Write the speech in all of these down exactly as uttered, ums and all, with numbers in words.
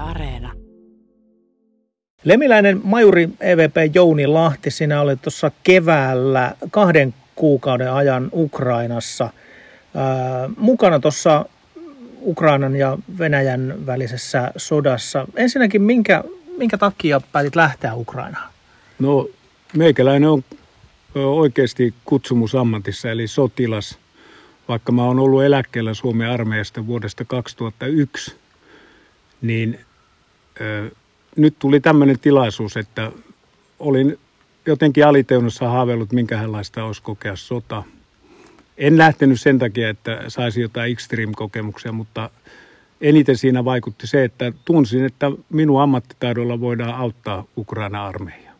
Areena. Lemiläinen majuri E V P Jouni Lahti, sinä olet tuossa keväällä kahden kuukauden ajan Ukrainassa ää, mukana tuossa Ukrainan ja Venäjän välisessä sodassa. Ensinnäkin, minkä, minkä takia päätit lähteä Ukrainaan? No, meikäläinen on oikeasti kutsumusammatissa, eli sotilas. Vaikka mä oon ollut eläkkeellä Suomen armeijasta vuodesta kaksituhattayksi, niin ö, nyt tuli tämmöinen tilaisuus, että olin jotenkin aliteunnossa haaveillut, minkälaista olisi kokea sota. En lähtenyt sen takia, että saisi jotain extreme-kokemuksia, mutta eniten siinä vaikutti se, että tunsin, että minun ammattitaidolla voidaan auttaa Ukraina armeijaa.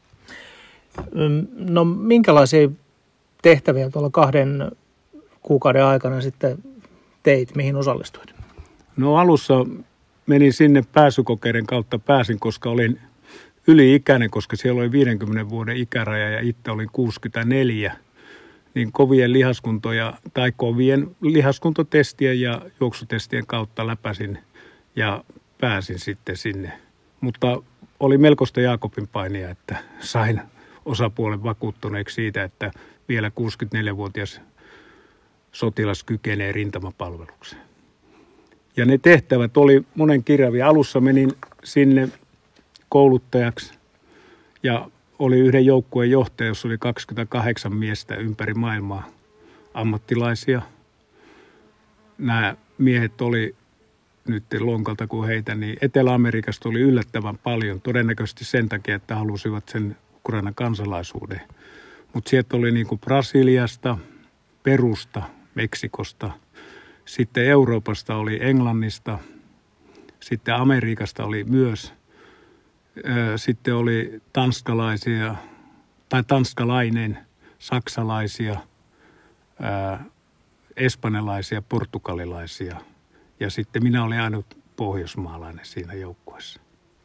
No, minkälaisia tehtäviä tuolla kahden kuukauden aikana sitten teit, mihin osallistuit? No, alussa menin sinne pääsykokeiden kautta, pääsin, koska olin yli-ikäinen, koska siellä oli viidenkymmenen vuoden ikäraja ja itse olin kuusikymmentäneljä. Niin kovien lihaskuntoja tai kovien lihaskuntotestien ja juoksutestien kautta läpäsin ja pääsin sitten sinne. Mutta oli melkoista Jaakobin painia, että sain osapuolen vakuuttuneeksi siitä, että vielä kuusikymmentäneljävuotias sotilas kykenee rintamapalvelukseen. Ja ne tehtävät oli monen kirjavia. Alussa menin sinne kouluttajaksi ja oli yhden joukkueen johtaja, jossa oli kaksikymmentäkahdeksan miestä ympäri maailmaa ammattilaisia. Nämä miehet oli nyt lonkalta kuin heitä, niin Etelä-Amerikasta oli yllättävän paljon. Todennäköisesti sen takia, että halusivat sen Ukrainan kansalaisuuden. Mutta sieltä oli niin kuin Brasiliasta, Perusta, Meksikosta. Sitten Euroopasta oli Englannista. Sitten Amerikasta oli myös. Sitten oli tanskalaisia, tai tanskalainen, saksalaisia, ää, espanjalaisia, portugalilaisia. Ja sitten minä olin ainut pohjoismaalainen siinä joukkueessa.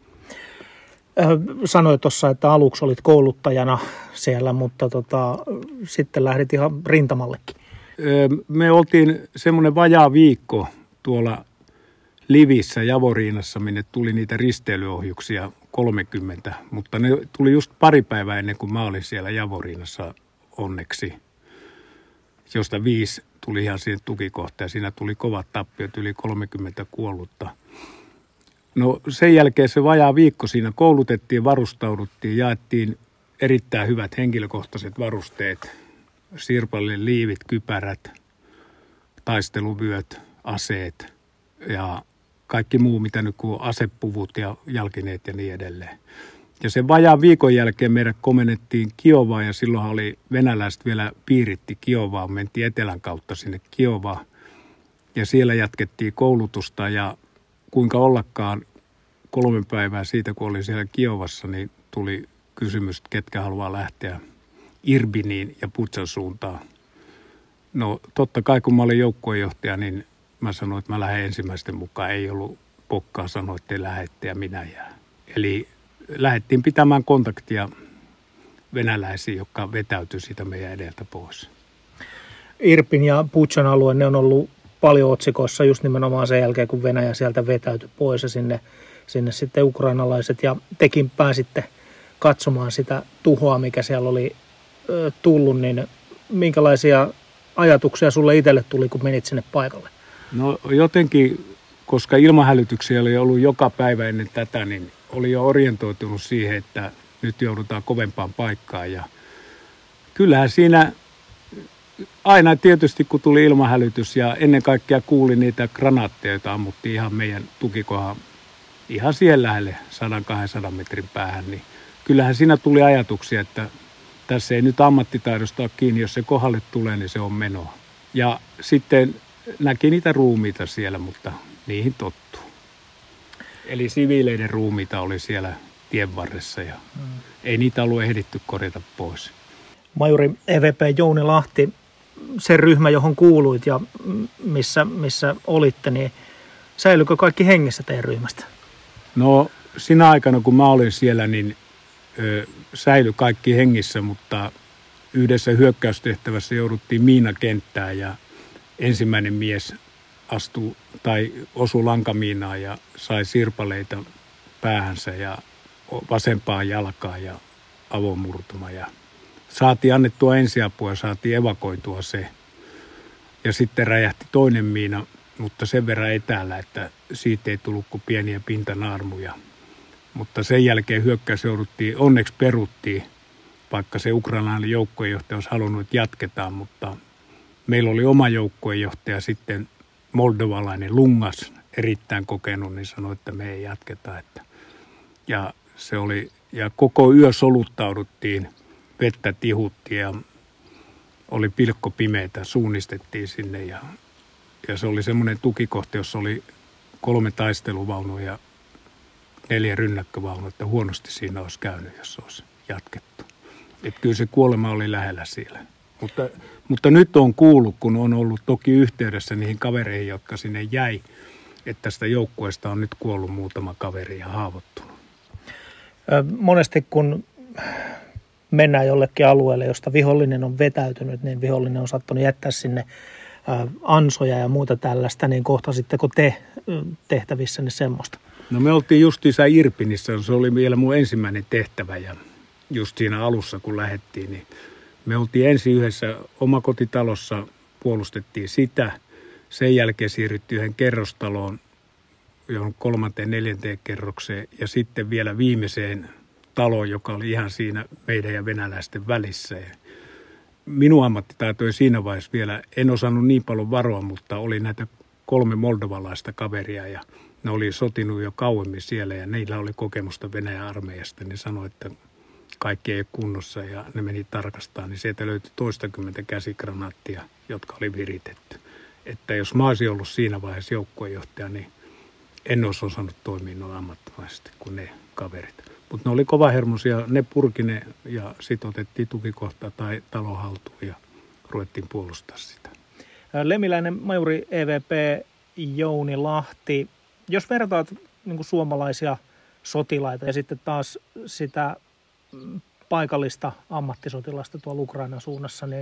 Sanoit tuossa, että aluksi olit kouluttajana siellä, mutta tota, sitten lähdit ihan rintamallekin. Me oltiin semmoinen vajaa viikko tuolla Livissä, Javoriinassa, minne tuli niitä risteilyohjuksia kolmekymmentä, mutta ne tuli just pari päivää ennen kuin mä olin siellä Javoriinassa onneksi, josta viisi tuli ihan siihen tukikohtaan ja siinä tuli kovat tappiot, yli kolmekymmentä kuollutta. No, sen jälkeen se vajaa viikko siinä koulutettiin, varustauduttiin, jaettiin erittäin hyvät henkilökohtaiset varusteet, sirpallinen liivit, kypärät, taisteluvyöt, aseet ja kaikki muu, mitä nyt kuin asepuvut ja jalkineet ja niin edelleen. Ja sen vajaan viikon jälkeen meidät komennettiin Kiovaan ja silloinhan oli venäläiset vielä piiritti Kiovaa. Mentiin etelän kautta sinne Kiovaan ja siellä jatkettiin koulutusta ja kuinka ollakaan kolme päivää siitä, kun olin siellä Kiovassa, niin tuli kysymys, että ketkä haluaa lähteä Irbiniin ja Butšan suuntaan. No, totta kai kun mä olin joukkueenjohtaja, niin mä sanoin, että mä lähden ensimmäisten mukaan. Ei ollut pokkaa sanoa, että te lähette ja minä jää. Eli lähdettiin pitämään kontaktia venäläisiin, jotka vetäytyi siitä meidän edeltä pois. Irpin ja Butšan alue, ne on ollut paljon otsikoissa just nimenomaan sen jälkeen, kun Venäjä sieltä vetäytyi pois ja sinne, sinne sitten ukrainalaiset. Ja tekin pääsitte katsomaan sitä tuhoa, mikä siellä oli ö, tullut, niin minkälaisia ajatuksia sulle itselle tuli, kun menit sinne paikalle? No jotenkin, koska ilmahälytyksiä oli ollut joka päivä ennen tätä, niin oli jo orientoitunut siihen, että nyt joudutaan kovempaan paikkaan. Ja kyllähän siinä aina tietysti, kun tuli ilmahälytys ja ennen kaikkea kuuli niitä granaatteja, joita ammuttiin ihan meidän tukikohan ihan siihen lähelle sata kaksisataa metrin päähän, niin kyllähän siinä tuli ajatuksia, että tässä ei nyt ammattitaidosta ole kiinni, jos se kohdalle tulee, niin se on menoa. Ja sitten näki niitä ruumiita siellä, mutta niihin tottuu. Eli siviileiden ruumiita oli siellä tien varressa ja hmm. ei niitä ollut ehditty korjata pois. Majuri E V P Jouni Lahti, se ryhmä, johon kuuluit ja missä, missä olitte, niin säilyykö kaikki hengissä teidän ryhmästä? No, siinä aikana, kun mä olin siellä, niin ö, säilyi kaikki hengissä, mutta yhdessä hyökkäystehtävässä jouduttiin miinakenttään ja ensimmäinen mies astui tai osui lankamiinaan ja sai sirpaleita päähänsä ja vasempaan jalkaan ja avomurtuma. Ja saatiin annettua ensiapua ja saatiin evakoitua se. Ja sitten räjähti toinen miina, mutta sen verran etäällä, että siitä ei tullut kuin pieniä pintanaarmuja. Mutta sen jälkeen hyökkäys jouduttiin, onneksi peruttiin, vaikka se ukrainalainen joukkueenjohtaja olisi halunnut, että jatketaan, mutta meillä oli oma joukkueenjohtaja sitten moldovalainen Lungas, erittäin kokenut, niin sanoi, että me ei jatketa. Että. Ja se oli, ja koko yö soluttauduttiin, vettä tihuttiin ja oli pilkko pimeitä, suunnistettiin sinne ja, ja se oli semmoinen tukikohta, jossa oli kolme taisteluvaunua ja neljä rynnäkkövaunua, että huonosti siinä olisi käynyt, jos olisi jatkettu. Että kyllä se kuolema oli lähellä siellä. Mutta, mutta nyt on kuullut, kun on ollut toki yhteydessä niihin kavereihin, jotka sinne jäi, että tästä joukkueesta on nyt kuollut muutama kaveri ja haavoittunut. Monesti kun mennään jollekin alueelle, josta vihollinen on vetäytynyt, niin vihollinen on sattunut jättää sinne ansoja ja muuta tällaista, niin kohtasitteko te tehtävissänne semmoista? No me oltiin justiinsa Irpinissä, se oli vielä mun ensimmäinen tehtävä ja just siinä alussa kun lähdettiin, niin me oltiin ensin yhdessä omakotitalossa, puolustettiin sitä, sen jälkeen siirryttiin yhden kerrostaloon, johon kolmanteen, neljänteen kerrokseen ja sitten vielä viimeiseen taloon, joka oli ihan siinä meidän ja venäläisten välissä. Ja minun ammattitaito ei siinä vaiheessa vielä, en osannut niin paljon varoa, mutta oli näitä kolme moldovalaista kaveria ja ne oli sotinut jo kauemmin siellä ja niillä oli kokemusta Venäjän armeijasta. Ne sanoi, että kaikki ei ole kunnossa ja ne meni tarkastamaan, niin sieltä löytyi toistakymmentä käsikranaattia, jotka oli viritetty. Että jos mä olisin ollut siinä vaiheessa joukkueenjohtaja, niin en olisi osannut toimia noin ammattimaisesti kuin ne kaverit. Mutta ne oli kovahermoisia, ne purki ne ja sitten otettiin tukikohta tai talon haltuun ja ruvettiin puolustaa sitä. Lemmiläinen majuri E V P Jouni Lahti, jos vertaat niin kuin suomalaisia sotilaita ja sitten taas sitä paikallista ammattisotilasta tuolla Ukrainan suunnassa, niin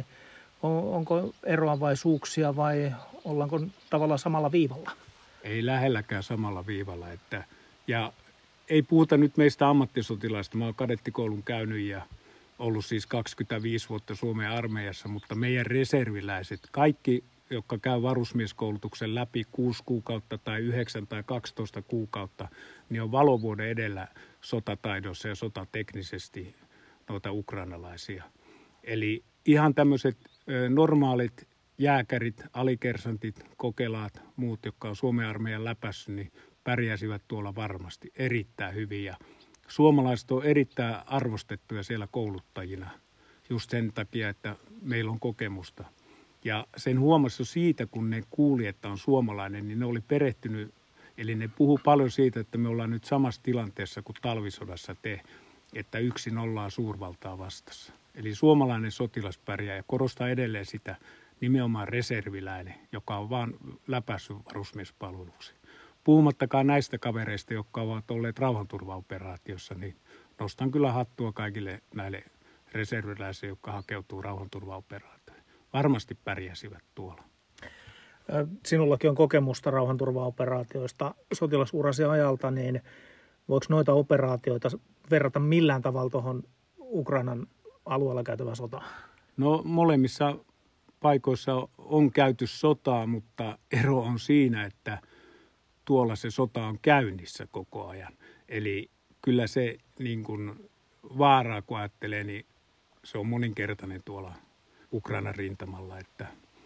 onko eroavaisuuksia vai ollaanko tavallaan samalla viivalla? Ei lähelläkään samalla viivalla. Että, ja ei puhuta nyt meistä ammattisotilaista. Mä oon kadettikoulun käynyt ja ollut siis kaksikymmentäviisi vuotta Suomen armeijassa, mutta meidän reserviläiset, kaikki, jotka käy varusmieskoulutuksen läpi kuusi kuukautta tai yhdeksän tai kaksitoista kuukautta, niin on valovuoden edellä sotataidossa ja sotateknisesti noita ukrainalaisia. Eli ihan tämmöiset normaalit jääkärit, alikersantit, kokelaat, muut, jotka on Suomen armeijan läpässyt, niin pärjäsivät tuolla varmasti erittäin hyvin. Ja suomalaiset on erittäin arvostettuja siellä kouluttajina just sen takia, että meillä on kokemusta. Ja sen huomasi siitä, kun ne kuuli, että on suomalainen, niin ne oli perehtynyt. Eli ne puhuu paljon siitä, että me ollaan nyt samassa tilanteessa kuin talvisodassa te, että yksin ollaan suurvaltaa vastassa. Eli suomalainen sotilas pärjää ja korostaa edelleen sitä nimenomaan reserviläinen, joka on vaan läpässyt varusmiespalveluksi. Puhumattakaan näistä kavereista, jotka ovat olleet rauhanturvaoperaatiossa, niin nostan kyllä hattua kaikille näille reserviläisille, jotka hakeutuu rauhanturvaoperaatioon. Varmasti pärjäsivät tuolla. Sinullakin on kokemusta rauhanturvaoperaatioista sotilasurasi ajalta, niin voiko noita operaatioita verrata millään tavalla tuohon Ukrainan alueella käytävään sotaan? No molemmissa paikoissa on käyty sotaa, mutta ero on siinä, että tuolla se sota on käynnissä koko ajan. Eli kyllä se niin kuin vaaraa, kun ajattelee, niin se on moninkertainen tuolla Ukrainan rintamalla, että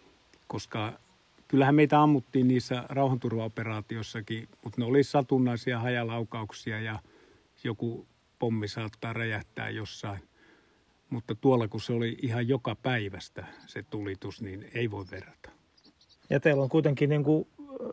koska kyllähän meitä ammuttiin niissä rauhanturvaoperaatiossakin, mutta ne oli satunnaisia hajalaukauksia ja joku pommi saattaa räjähtää jossain. Mutta tuolla, kun se oli ihan joka päivästä se tulitus, niin ei voi verrata. Ja teillä on kuitenkin niin kuin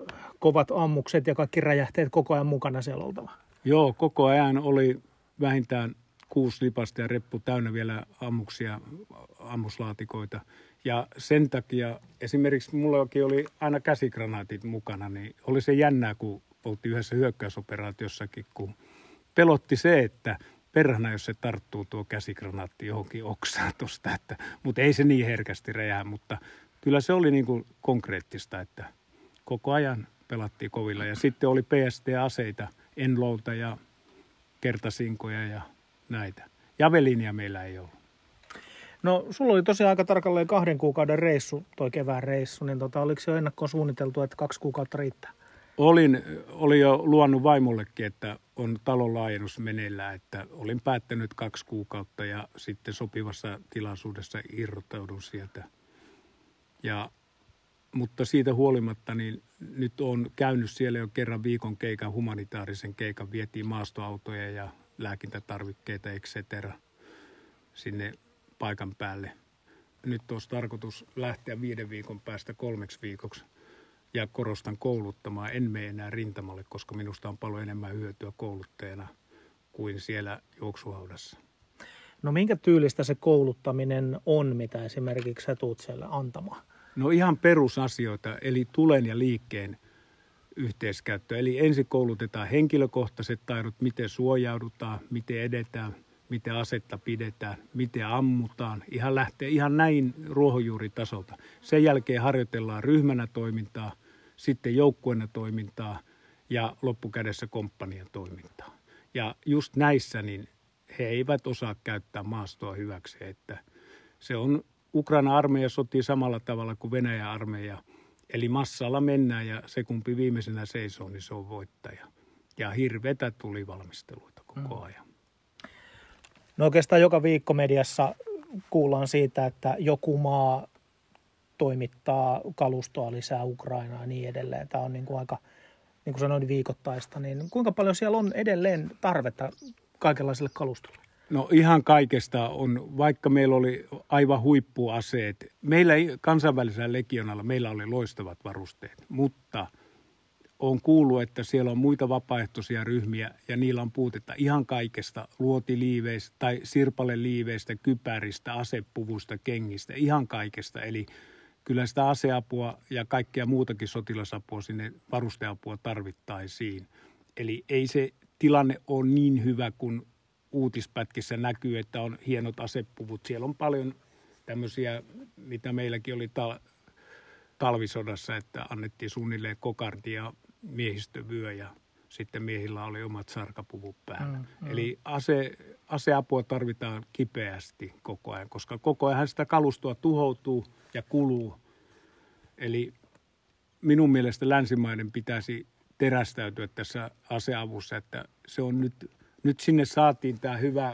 kovat ammukset ja kaikki räjähteet koko ajan mukana siellä oltava. Joo, koko ajan oli vähintään kuusi lipasta ja reppu täynnä vielä ammuksia, ammuslaatikoita. Ja sen takia esimerkiksi mullakin oli aina käsikranaatit mukana, niin oli se jännää, kun oltiin yhdessä hyökkäysoperaatiossakin, kun pelotti se, että perhana, jos se tarttuu tuo käsikranaatti johonkin oksaan tuosta, että, mutta ei se niin herkästi räjää, mutta kyllä se oli niin kuin konkreettista, että koko ajan pelattiin kovilla. Ja sitten oli P S T-aseita, Enlolta ja kertasinkoja ja näitä. Javelinia meillä ei ollut. No sulla oli tosiaan aika tarkalleen kahden kuukauden reissu, toi kevään reissu, niin tota, oliko se jo ennakkoon suunniteltu, että kaksi kuukautta riittää? Olin, olin jo luonut vaimollekin, että on talon laajennus meneillään, että olin päättänyt kaksi kuukautta ja sitten sopivassa tilaisuudessa irrottaudun sieltä. Ja, mutta siitä huolimatta niin nyt on käynyt siellä jo kerran viikon keikan, humanitaarisen keikan, vietiin maastoautoja ja lääkintätarvikkeita, et cetera sinne paikan päälle. Nyt olisi tarkoitus lähteä viiden viikon päästä kolmeksi viikoksi ja korostan kouluttamaan. En mene enää rintamalle, koska minusta on paljon enemmän hyötyä kouluttajana kuin siellä juoksuhaudassa. No minkä tyylistä se kouluttaminen on, mitä esimerkiksi sä tuut siellä antamaan? No ihan perusasioita, eli tulen ja liikkeen yhteiskäyttö. Eli ensin koulutetaan henkilökohtaiset taidot, miten suojaudutaan, miten edetään, miten asetta pidetään, miten ammutaan. Ihan lähtee ihan näin ruohonjuuritasolta. Sen jälkeen harjoitellaan ryhmänä toimintaa, sitten joukkueena toimintaa ja loppukädessä komppanian toimintaa. Ja just näissä niin he eivät osaa käyttää maastoa hyväksi, että se on Ukraina armeija sotii samalla tavalla kuin Venäjän armeija. Eli massalla mennään ja se kumpi viimeisenä seisoo, niin se on voittaja. Ja hirveätä tulivalmisteluita koko ajan. No oikeastaan joka viikko mediassa kuullaan siitä, että joku maa toimittaa kalustoa lisää Ukrainaa ja niin edelleen. Tämä on niin kuin aika, niin kuin sanoin, viikoittaista. Niin kuinka paljon siellä on edelleen tarvetta kaikenlaiselle kalustolle? No ihan kaikesta on, vaikka meillä oli aivan huippuaseet. Meillä kansainvälisellä legionalla meillä oli loistavat varusteet, mutta on kuullut, että siellä on muita vapaaehtoisia ryhmiä ja niillä on puutetta ihan kaikesta, luotiliiveistä tai sirpaleliiveistä, kypäristä, asepuvusta, kengistä, ihan kaikesta. Eli kyllä sitä aseapua ja kaikkea muutakin sotilasapua sinne varusteapua tarvittaisiin. Eli ei se tilanne ole niin hyvä kuin uutispätkissä näkyy, että on hienot asepuvut. Siellä on paljon tämmöisiä, mitä meilläkin oli tal- talvisodassa, että annettiin suunnilleen kokardi ja miehistövyö ja sitten miehillä oli omat sarkapuvut päällä. Mm, mm. Eli ase, aseapua tarvitaan kipeästi koko ajan, koska koko ajan sitä kalustoa tuhoutuu ja kuluu. Eli minun mielestä länsimaiden pitäisi terästäytyä tässä aseavussa, että se on nyt, nyt sinne saatiin tämä hyvä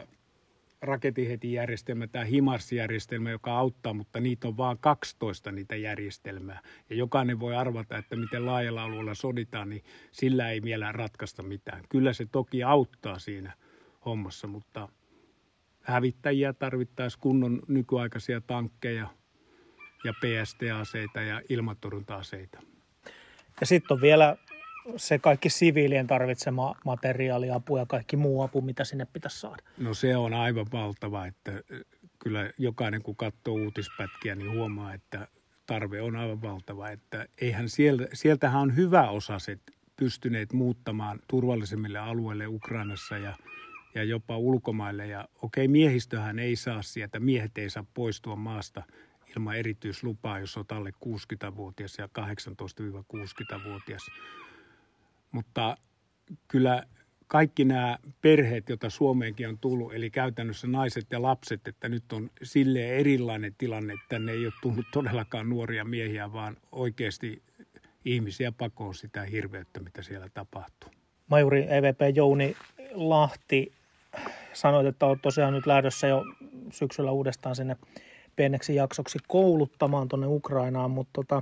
raketinhetijärjestelmä, tämä HIMARS-järjestelmä, joka auttaa, mutta niitä on vain kaksitoista niitä järjestelmää. Ja jokainen voi arvata, että miten laajalla alueella soditaan, niin sillä ei vielä ratkaista mitään. Kyllä se toki auttaa siinä hommassa, mutta hävittäjiä tarvittaisiin kunnon nykyaikaisia tankkeja ja P S T-aseita ja ilmatorjunta-aseita. Ja sitten on vielä se kaikki siviilien tarvitsema materiaali, apu ja kaikki muu apu, mitä sinne pitäisi saada. No se on aivan valtava, että kyllä jokainen kun katsoo uutispätkiä, niin huomaa, että tarve on aivan valtava. Että eihän sieltä, sieltähän on hyvä osaset pystyneet muuttamaan turvallisemmille alueille Ukrainassa ja, ja jopa ulkomaille. Ja okei, miehistöhän ei saa sieltä, miehet ei saa poistua maasta ilman erityislupaa, jos olet alle kuusikymmentävuotias ja kahdeksantoista kuusikymmentävuotias. Mutta kyllä kaikki nämä perheet, joita Suomeenkin on tullut, eli käytännössä naiset ja lapset, että nyt on silleen erilainen tilanne, että tänne ei ole tullut todellakaan nuoria miehiä, vaan oikeasti ihmisiä pakoon sitä hirveyttä, mitä siellä tapahtuu. Majuri E V P Jouni Lahti, sanoit, että olet tosiaan nyt lähdössä jo syksyllä uudestaan sinne pieneksi jaksoksi kouluttamaan tuonne Ukrainaan, mutta tota,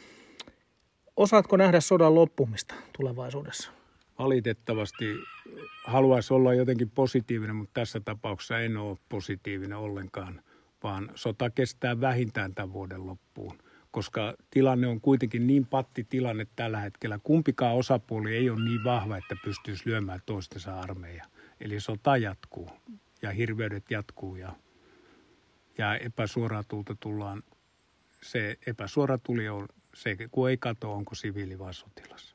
osaatko nähdä sodan loppumista tulevaisuudessa? Valitettavasti haluaisi olla jotenkin positiivinen, mutta tässä tapauksessa en ole positiivinen ollenkaan, vaan sota kestää vähintään tämän vuoden loppuun, koska tilanne on kuitenkin niin pattitilanne tällä hetkellä. Kumpikaan osapuoli ei ole niin vahva, että pystyisi lyömään toistensa armeija. Eli sota jatkuu ja hirveydet jatkuu ja, ja epäsuoraa tulta tullaan. Se epäsuora tuli on se, kun ei kato, onko siviili vai sotilas.